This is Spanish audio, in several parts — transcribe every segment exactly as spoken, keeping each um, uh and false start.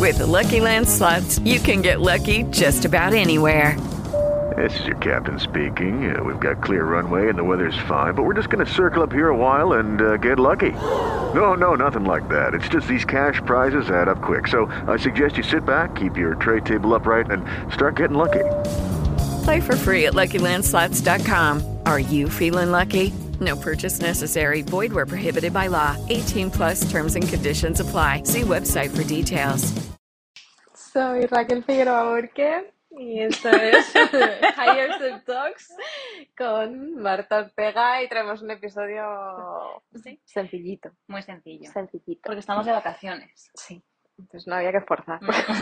With Lucky Land Slots, you can get lucky just about anywhere. This is your captain speaking. Uh, we've got clear runway and the weather's fine, but we're just going to circle up here a while and uh, get lucky. No, no, nothing like that. It's just these cash prizes add up quick. So I suggest you sit back, keep your tray table upright, and start getting lucky. Play for free at Lucky Land Slots dot com. Are you feeling lucky? No purchase necessary. Void where prohibited by law. eighteen plus terms and conditions apply. See website for details. Soy Raquel Figueroa Burke y esto es Higher Self Talks con Marta Ortega y traemos un episodio Sí. sencillito. Muy sencillo. Sencillito. Porque estamos de vacaciones. Sí, entonces no había que forzar.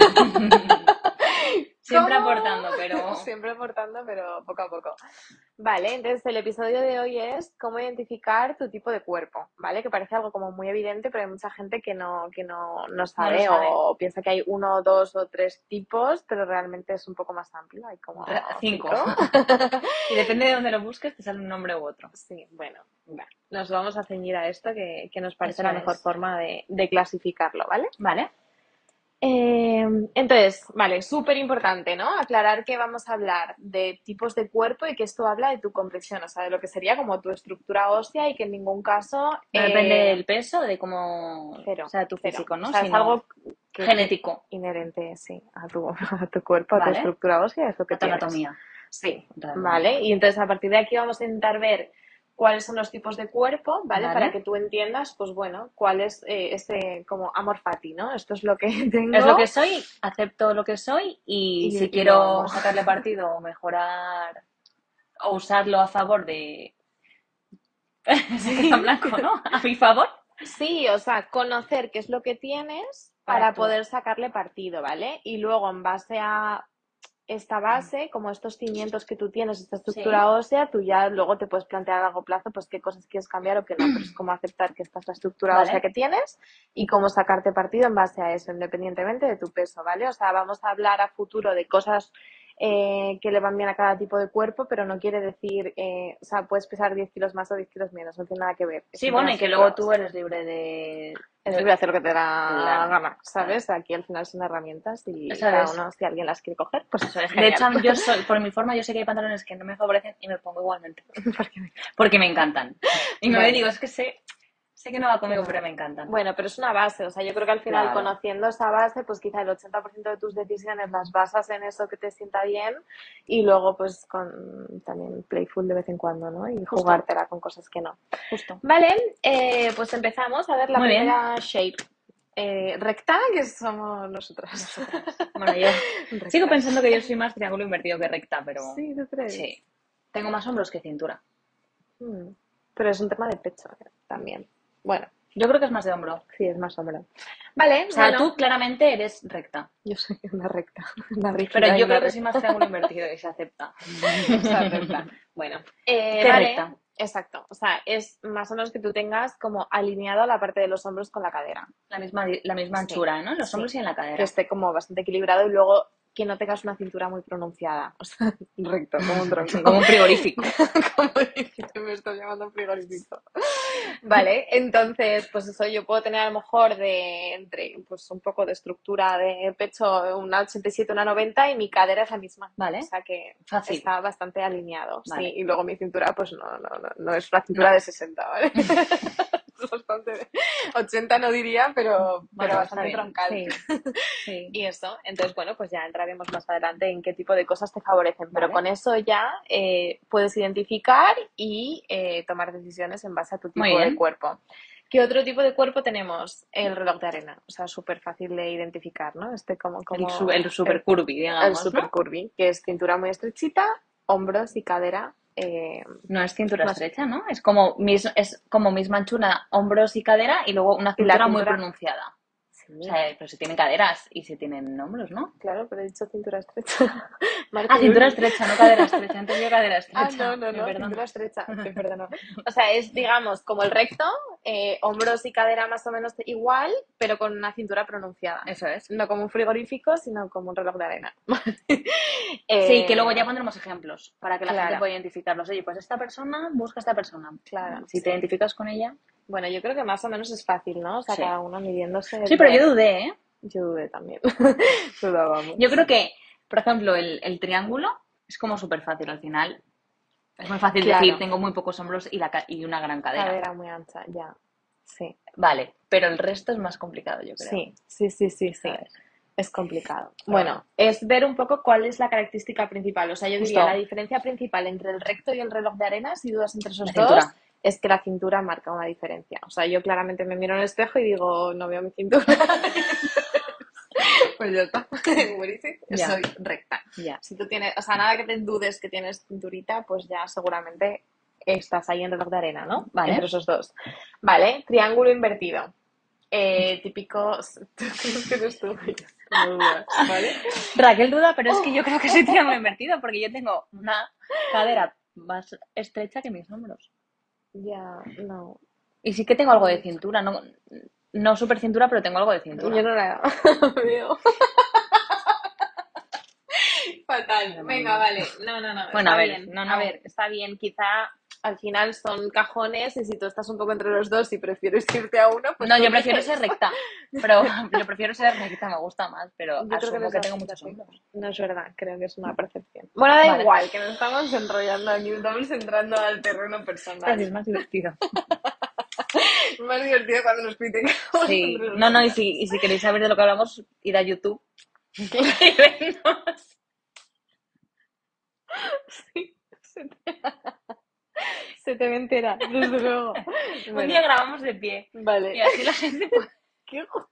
Siempre ¿Cómo? aportando, pero... Siempre aportando, pero poco a poco. Vale, entonces el episodio de hoy es cómo identificar tu tipo de cuerpo, ¿vale? Que parece algo como muy evidente, pero hay mucha gente que no, que no, no sabe, sabe. o piensa que hay uno, dos o tres tipos, pero realmente es un poco más amplio. Hay como Cinco. Y depende de dónde lo busques, te sale un nombre u otro. Sí, bueno, va. Nos vamos a ceñir a esto que, que nos parece Eso la mejor es. forma de, de clasificarlo, ¿vale? Vale. Eh, entonces, vale, súper importante, ¿no? Aclarar que vamos a hablar de tipos de cuerpo y que esto habla de tu complexión, o sea, de lo que sería como tu estructura ósea y que en ningún caso... No eh, depende del peso, de cómo... cero, o sea, tu cero. físico, ¿no? O sea, es Sino algo que- genético. inherente, sí, a tu, a tu cuerpo, a tu Vale. estructura ósea, es lo que A tu tienes. anatomía. Sí, Realmente. vale. Y entonces a partir de aquí vamos a intentar ver cuáles son los tipos de cuerpo, ¿vale? Vale. Para que tú entiendas, pues bueno, cuál es eh, este como amor fati, ¿no? Esto es lo que tengo. Es lo que soy, acepto lo que soy y, Y- si y quiero lo- sacarle partido o mejorar o usarlo a favor de... Se queda en blanco, ¿no? A mi favor. Sí, o sea, conocer qué es lo que tienes Para para actuar. poder sacarle partido, ¿vale? Y luego en base a esta base, como estos cimientos que tú tienes, esta estructura Sí. ósea, tú ya luego te puedes plantear a largo plazo pues qué cosas quieres cambiar o qué no, pero es como aceptar que esta es la estructura Vale. ósea que tienes y cómo sacarte partido en base a eso, independientemente de tu peso, ¿vale? O sea, vamos a hablar a futuro de cosas eh, que le van bien a cada tipo de cuerpo, pero no quiere decir, eh, o sea, puedes pesar diez kilos más o diez kilos menos, no tiene nada que ver. Es Sí, siempre bueno, una y que estructura luego tú ósea. eres libre de... Es libre de hacer lo que te da Claro. gana, ¿sabes? Aquí al final son herramientas y Eso cada es. uno, si alguien las quiere coger, pues Eso es. genial. De hecho, yo soy, por mi forma, yo sé que hay pantalones que no me favorecen y me pongo igualmente. Porque me- Porque me encantan. Y me Vale. digo, es que sé, sé que no va conmigo, Pero- pero me encantan. Bueno, pero es una base, o sea, yo creo que al final Claro. conociendo esa base, pues quizá el ochenta por ciento de tus decisiones las basas en eso que te sienta bien y luego pues con también playful de vez en cuando, ¿no? Y Justo. jugártela con cosas que no. Justo. Vale, eh, pues empezamos a ver la Muy bien. primera shape. Eh, recta, que somos nosotras. Bueno, yo Recta. sigo pensando que yo soy más triángulo invertido que recta, pero... Sí, ¿tú crees? Sí. Tengo más hombros que cintura. Mm. Pero es un tema de pecho eh, también. Bueno, Yo creo que es más de hombro. sí, es más hombro. Vale, O sea, bueno, tú claramente eres recta. yo soy una recta, una rígida Pero y yo una creo que recta. soy más triángulo invertido y se acepta. O sea, recta. Bueno, eh, ¿Qué vale, recta? exacto. O sea, es más o menos que tú tengas como alineado la parte de los hombros con la cadera. La misma, la misma Sí, anchura, ¿no? En los sí. hombros y en la Que cadera. esté como bastante equilibrado y luego que no tengas una cintura muy pronunciada. O sea, recto, como un tronco. Como un frigorífico. Como dijiste, me estás llamando frigorífico. Vale, entonces, pues eso, yo puedo tener a lo mejor de entre, pues un poco de estructura de pecho, una ochenta y siete, una noventa y mi cadera es la misma. Vale. O sea que Fácil. está bastante alineado. Vale. Sí, y luego mi cintura, pues no, no, no, no es una cintura No. de sesenta, ¿vale? Es bastante, ochenta no diría, pero, pero Bueno, está bastante bien. troncal. Sí. Sí. Y eso, entonces bueno, pues ya entraremos más adelante en qué tipo de cosas te favorecen, pero Vale. con eso ya eh, puedes identificar y eh, tomar decisiones en base a tu tipo Muy bien. de cuerpo. ¿Qué otro tipo de cuerpo tenemos? El reloj de arena, o sea, súper fácil de identificar, ¿no? Este como, como El, su- el super el, curvy, el digamos, super ¿no? curvy, que es cintura muy estrechita, hombros y cadera. Eh, No es cintura No. estrecha, ¿no? Es como, mis, es como misma anchura, hombros y cadera y luego una Y la cintura muy cintura- pronunciada. sí, O sea, pero si tienen caderas y si tienen hombros, ¿no? claro, pero he dicho cintura estrecha. Marco, Ah, cintura yo- estrecha, no cadera estrecha. Antes yo cadera estrecha. Ah, no, no, Me no, perdono. cintura estrecha, te perdono. O sea, es, digamos, como el recto, eh, hombros y cadera más o menos igual, pero con una cintura pronunciada. Eso es. No como un frigorífico, sino como un reloj de arena. Sí, Eh, que luego ya pondremos ejemplos para que la claro. gente pueda identificarlos. Oye, pues esta persona busca a esta persona. Claro, Si sí. te identificas con ella. Bueno, yo creo que más o menos es fácil, ¿no? O sea, Sí. cada uno midiéndose. Sí, pero de- yo dudé, ¿eh? Yo dudé también. Dudábamos. Yo creo que, por ejemplo, el, el triángulo es como súper fácil al final. Es muy fácil Claro. decir, tengo muy pocos hombros y, la, ca- y una gran cadera. Cadera muy ancha, ya. Sí, Vale, pero el resto es más complicado, yo creo. sí, sí, sí, sí, sí. ¿Sabes? Es complicado. Pero Bueno, es ver un poco cuál es la característica principal. O sea, yo diría Justo. la diferencia principal entre el recto y el reloj de arena, si dudas entre esos La dos, cintura. es que la cintura marca una diferencia. O sea, yo claramente me miro en el espejo y digo, no veo mi cintura. Pues ya está. Buenísimo. Ya. Soy recta. Ya. Si tú tienes, o sea, nada que te dudes que tienes cinturita, pues ya seguramente estás ahí en reloj de arena, ¿no? Vale. Entre esos dos. Vale, triángulo invertido. Eh, típico. ¿Qué eres tú? No dudas, ¿vale? Raquel duda, pero es que yo creo que soy triángulo invertido porque yo tengo una cadera más estrecha que mis hombros. Ya, no. Y sí que tengo algo de cintura, no, no super cintura, pero tengo algo de cintura. Yo no la veo. Fatal. Venga, vale. No, no, no. Bueno, está a ver, bien. no, no. A ver, está bien. Quizá al final son cajones y si tú estás un poco entre los dos y prefieres irte a uno, pues No, tú yo prefiero eliges. ser recta, pero yo prefiero ser recta, me gusta más, pero Yo creo que asumo eres que tengo bastante muchos recta. hombros. No es verdad, creo que es una percepción. Bueno, da Vale. igual, que nos estamos enrollando aquí, estamos entrando al terreno Pero sí, personal. es más divertido. Es más divertido cuando nos criticamos. Sí, entre no, no, y nosotras. si, y si queréis saber de lo que hablamos, id a YouTube y vernos. Sí, se te... se te ve entera, desde luego. Un Bueno, día grabamos de pie y vale. así la gente puede... ¿Qué jo-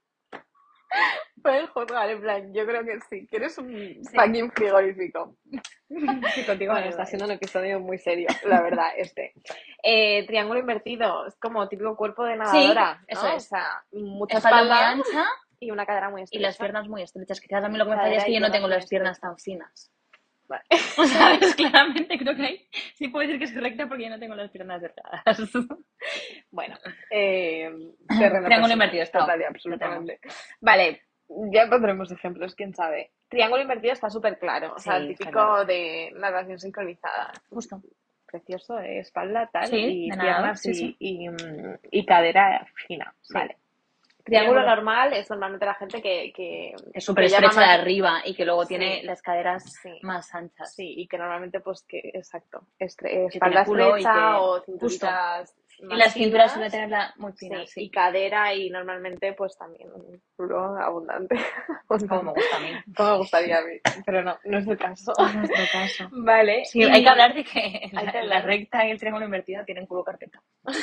pueden juzgar, en plan, yo creo que sí, que eres un fucking frigorífico. Sí, contigo Bueno, me está da siendo un episodio muy serio, la verdad, este. Eh, triángulo invertido, es como típico cuerpo de nadadora, ¿no? eso es. O sea, mucha Espalda muy espalda ancha y una cadera muy y estrecha. las piernas muy estrechas. Quizás a mí lo que me Cadera falla es que y yo no piernas tengo muy las piernas estrechas. tan finas. Vale. ¿Sabes? Claramente creo que ahí sí puedo decir que es recta porque yo no tengo las piernas delgadas. Bueno, eh, terreno Triángulo personal, invertido, está. total y absolutamente. Vale, ya pondremos ejemplos, quién sabe. Triángulo invertido está súper claro, o sea, Sí, el está típico claro. de natación sincronizada. Justo. Precioso, eh, espalda, tal, Sí, y de nadador, piernas sí, y, sí. y, mm, y cadera fina. Sí. Vale. Triángulo Triángulo. normal es normalmente la gente que, que, Es súper que llama estrecha de más- arriba y que luego Sí. tiene las caderas Sí. más anchas. Sí, y que normalmente, pues, que, exacto, estre- Que espalda tiene culo y estrecha que- o cinturitas Y más las cinturas finas. suelen tenerla muy finas, Sí, sí. y cadera y normalmente pues también un culo abundante. Como me gusta a mí. Como me gustaría a mí, pero no, no es el caso. No es nuestro caso. Vale. Sí, y- hay que hablar de que la, que la hablar. recta y el triángulo invertido tienen culo carpeta.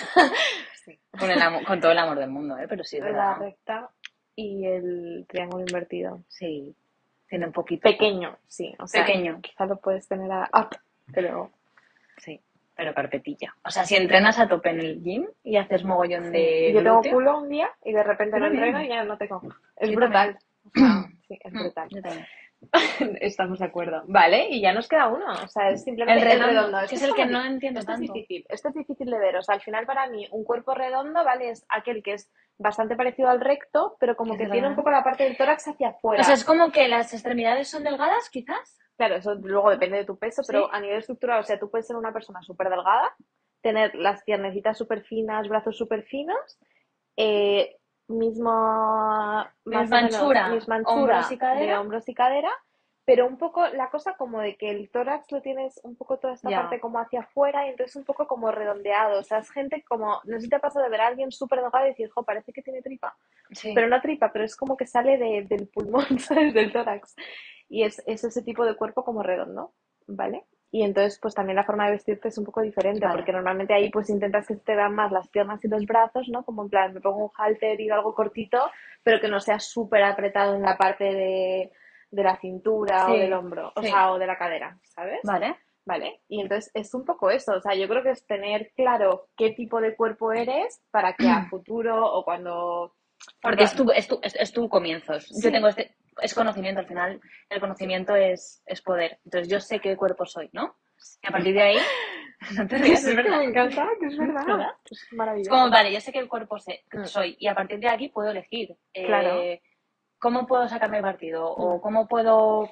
Sí. Con, el amo- con todo el amor del mundo, ¿eh? Pero sí, es La verdad. recta y el triángulo invertido. Sí, tiene un poquito. Pequeño, sí. O sea, Pequeño. quizá lo puedes tener a up, pero Sí, pero carpetilla. O sea, si entrenas a tope en el gym y haces mogollón de yo tengo glúteo- culo un día y de repente Yo lo también. entreno y ya no tengo. Es Yo brutal. O sea, sí, es Mm, brutal. yo también. Estamos de acuerdo. Vale, y ya nos queda uno. O sea, es simplemente El redondo, Este que es el que como no di- entiendo este tanto. Es difícil. Este es difícil de ver. O sea, al final para mí un cuerpo redondo, ¿vale? Es aquel que es bastante parecido al recto, pero como Es que verdad. tiene un poco la parte del tórax hacia afuera. O sea, es como que las extremidades son delgadas, quizás. Claro, eso luego depende de tu peso, pero Sí. a nivel estructural, o sea, tú puedes ser una persona súper delgada, tener las piernecitas súper finas, brazos súper finos, eh, mismo, más Misma o menos, anchura, misma anchura hombros y cadera. de hombros y cadera, pero un poco la cosa como de que el tórax lo tienes un poco toda esta Ya. parte como hacia afuera y entonces un poco como redondeado, o sea, es gente como, no sé si te ha pasado de ver a alguien súper delgado y decir, jo, parece que tiene tripa, Sí. pero no tripa, pero es como que sale de- del pulmón, ¿sabes? Del tórax. Y es, es ese tipo de cuerpo como redondo, ¿vale? Y entonces, pues también la forma de vestirte es un poco diferente, Vale. porque normalmente ahí pues intentas que te vean más las piernas y los brazos, ¿no? Como en plan, me pongo un halter y algo cortito, pero que no sea súper apretado en la parte de, de la cintura o Sí, del hombro, o sí. sea, o de la cadera, ¿sabes? Vale. ¿Vale? Y entonces es un poco eso, o sea, yo creo que es tener claro qué tipo de cuerpo eres para que a futuro o cuando... Porque es tu, es tu, es, es tu comienzo. Sí. Yo tengo este, es conocimiento al final. El conocimiento es, es poder. Entonces yo sé qué cuerpo soy, ¿no? Y a partir de ahí, no te rías, es que verdad. me encanta, que es verdad. ¿Verdad? Es Es maravilloso. como, vale, yo sé qué cuerpo sé, que Mm. soy. Y a partir de aquí puedo elegir. eh, Claro. ¿Cómo puedo sacarme partido? O Mm. cómo puedo...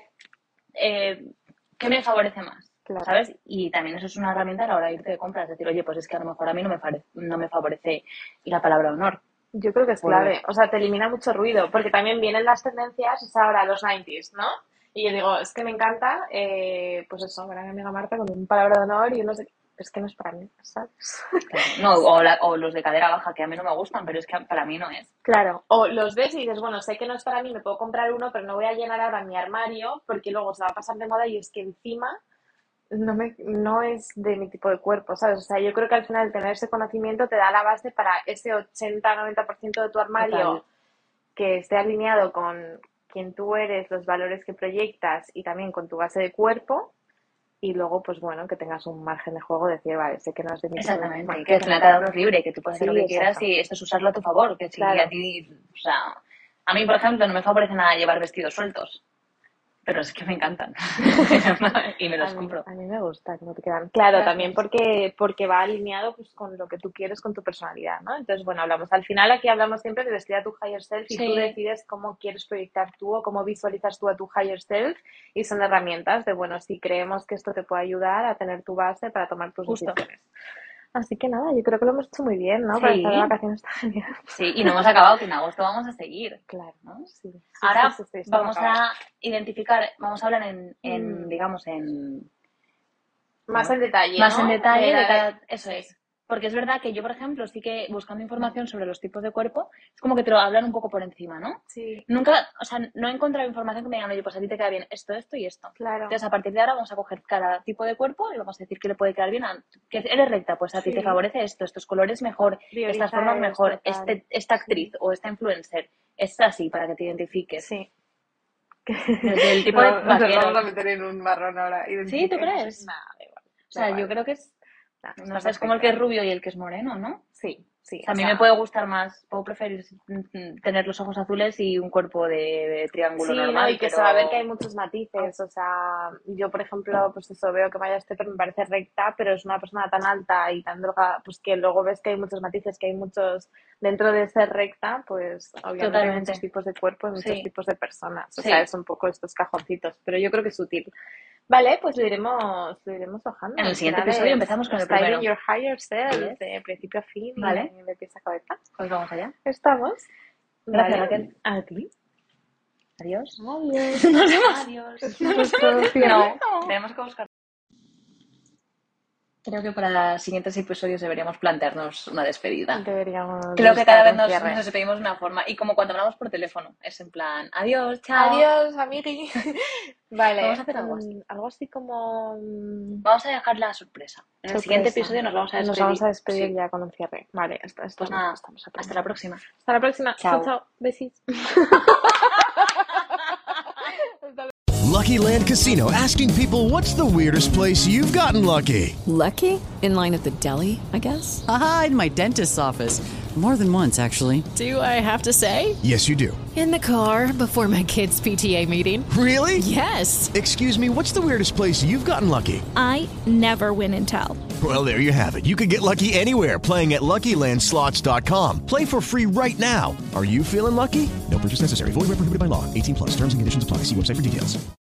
Eh, ¿qué me favorece más? Claro. ¿Sabes? Y también eso es una herramienta a la hora de irte de compras. Es decir, oye, pues es que a lo mejor a mí no me, fare- no me favorece ir a palabra de honor. Yo creo que es Volver. clave, o sea, te elimina mucho ruido, porque también vienen las tendencias, es ahora los noventa, ¿no? Y yo digo, es que me encanta, eh, pues eso, ver a mi amiga Marta con un palabra de honor y no sé, es que no es para mí, ¿sabes? Claro. No, o, la- o los de cadera baja, que a mí no me gustan, pero es que para mí no es. Claro, o los ves y dices, bueno, sé que no es para mí, me puedo comprar uno, pero no voy a llenar ahora mi armario porque luego se va a pasar de moda y es que encima no me, no es de mi tipo de cuerpo, ¿sabes? O sea, yo creo que al final tener ese conocimiento te da la base para ese ochenta noventa por ciento de tu armario Total. que esté alineado con quién tú eres, los valores que proyectas y también con tu base de cuerpo. Y luego, pues bueno, que tengas un margen de juego de decir, vale, sé que no es de mi tipo de Exactamente, cuerpo. que al final cada uno es libre, que tú puedes hacer Sí, lo que quieras exacto. y esto es usarlo a tu favor, que si Claro. a ti, o sea, a mí por ejemplo no me favorece nada llevar vestidos sueltos, pero es que me encantan y me los A mí, compro. a mí me gusta cómo te quedan. Claro, Gracias. también porque, porque va alineado pues, con lo que tú quieres, con tu personalidad, ¿no? Entonces, bueno, hablamos, al final aquí hablamos siempre de vestir a tu higher self y Sí. tú decides cómo quieres proyectar tú o cómo visualizas tú a tu higher self y son herramientas de, bueno, si creemos que esto te puede ayudar a tener tu base para tomar tus Justo. decisiones. Así que nada, yo creo que lo hemos hecho muy bien, ¿no? Sí. Para estar de vacaciones está genial. Sí, y no hemos acabado, que en agosto vamos a seguir. Claro, ¿no? sí. sí, Ahora sí, sí, sí, esto no vamos acaba. a identificar, vamos a hablar en, en Mm. digamos, en Más ¿no? en detalle, más ¿no? en detalle De de la- cada... Eso sí. es. Porque es verdad que yo, por ejemplo, sí que buscando información sobre los tipos de cuerpo, es como que te lo hablan un poco por encima, ¿no? Sí, Nunca, o sea, no he encontrado información que me digan, oye, pues a ti te queda bien esto, esto y esto. claro. Entonces, a partir de ahora vamos a coger cada tipo de cuerpo y vamos a decir que le puede quedar bien a... Que eres recta, pues a ti Sí. te favorece esto, estos colores mejor, Prioriza estas formas esto, mejor, tal. este, esta actriz o esta influencer, es así, para que te identifiques. Sí. Desde el tipo de No, nos vaquero. vamos a meter en un marrón ahora. ¿Sí? ¿Tú crees? Nada, da igual. O sea, yo creo que es... Nah, No está sé, es como el que perfecto. es rubio y el que es moreno, ¿no? Sí, sí. O sea, a o mí sea, me puede gustar más, puedo preferir mm, tener los ojos azules y un cuerpo de, de triángulo Sí, normal, no, y que pero... se va a ver que hay muchos matices. O sea, yo, por ejemplo, pues eso, veo que Maya Stepper me parece recta, pero es una persona tan alta y tan delgada, pues que luego ves que hay muchos matices, que hay muchos... Dentro de ser recta, pues obviamente hay Totalmente. muchos tipos de cuerpos, muchos Sí. tipos de personas. O Sí. sea, es un poco estos cajoncitos, pero yo creo que es útil. Vale, pues lo iremos, lo iremos bajando. En el Al siguiente final episodio es empezamos con el Styling primero. Your Higher Self, Yes. de principio a fin, Vale. y de pies a cabeza. Pues vamos allá. Estamos. Gracias, Vale. Raquel. A ti. Adiós. Adiós. Nos vemos. Adiós. Nuestro cierre. No, tenemos que buscar. Creo que para los siguientes episodios deberíamos plantearnos una despedida. Deberíamos Creo que cada buscar vez un nos, cierre. nos despedimos de una forma. Y como cuando hablamos por teléfono, es en plan, adiós, chao. Adiós, amigui. Vale. Vamos a hacer algo así. mm, Algo así como... mm, Vamos a dejar la sorpresa. En el sorpresa. siguiente episodio nos vamos a despedir. Nos vamos a despedir Sí. ya con un cierre. Vale, hasta, hasta, Pues nada, estamos a hasta la próxima. Hasta la próxima. Chao. Chao, chao. Besis. Lucky Land Casino, asking people, what's the weirdest place you've gotten lucky? Lucky? In line at the deli, I guess? Aha, in my dentist's office. More than once, actually. Do I have to say? Yes, you do. In the car before my kids' P T A meeting. Really? Yes. Excuse me, what's the weirdest place you've gotten lucky? I never win and tell. Well, there you have it. You can get lucky anywhere, playing at Lucky Land Slots dot com. Play for free right now. Are you feeling lucky? No purchase necessary. Void where prohibited by law. eighteen plus. Terms and conditions apply. See website for details.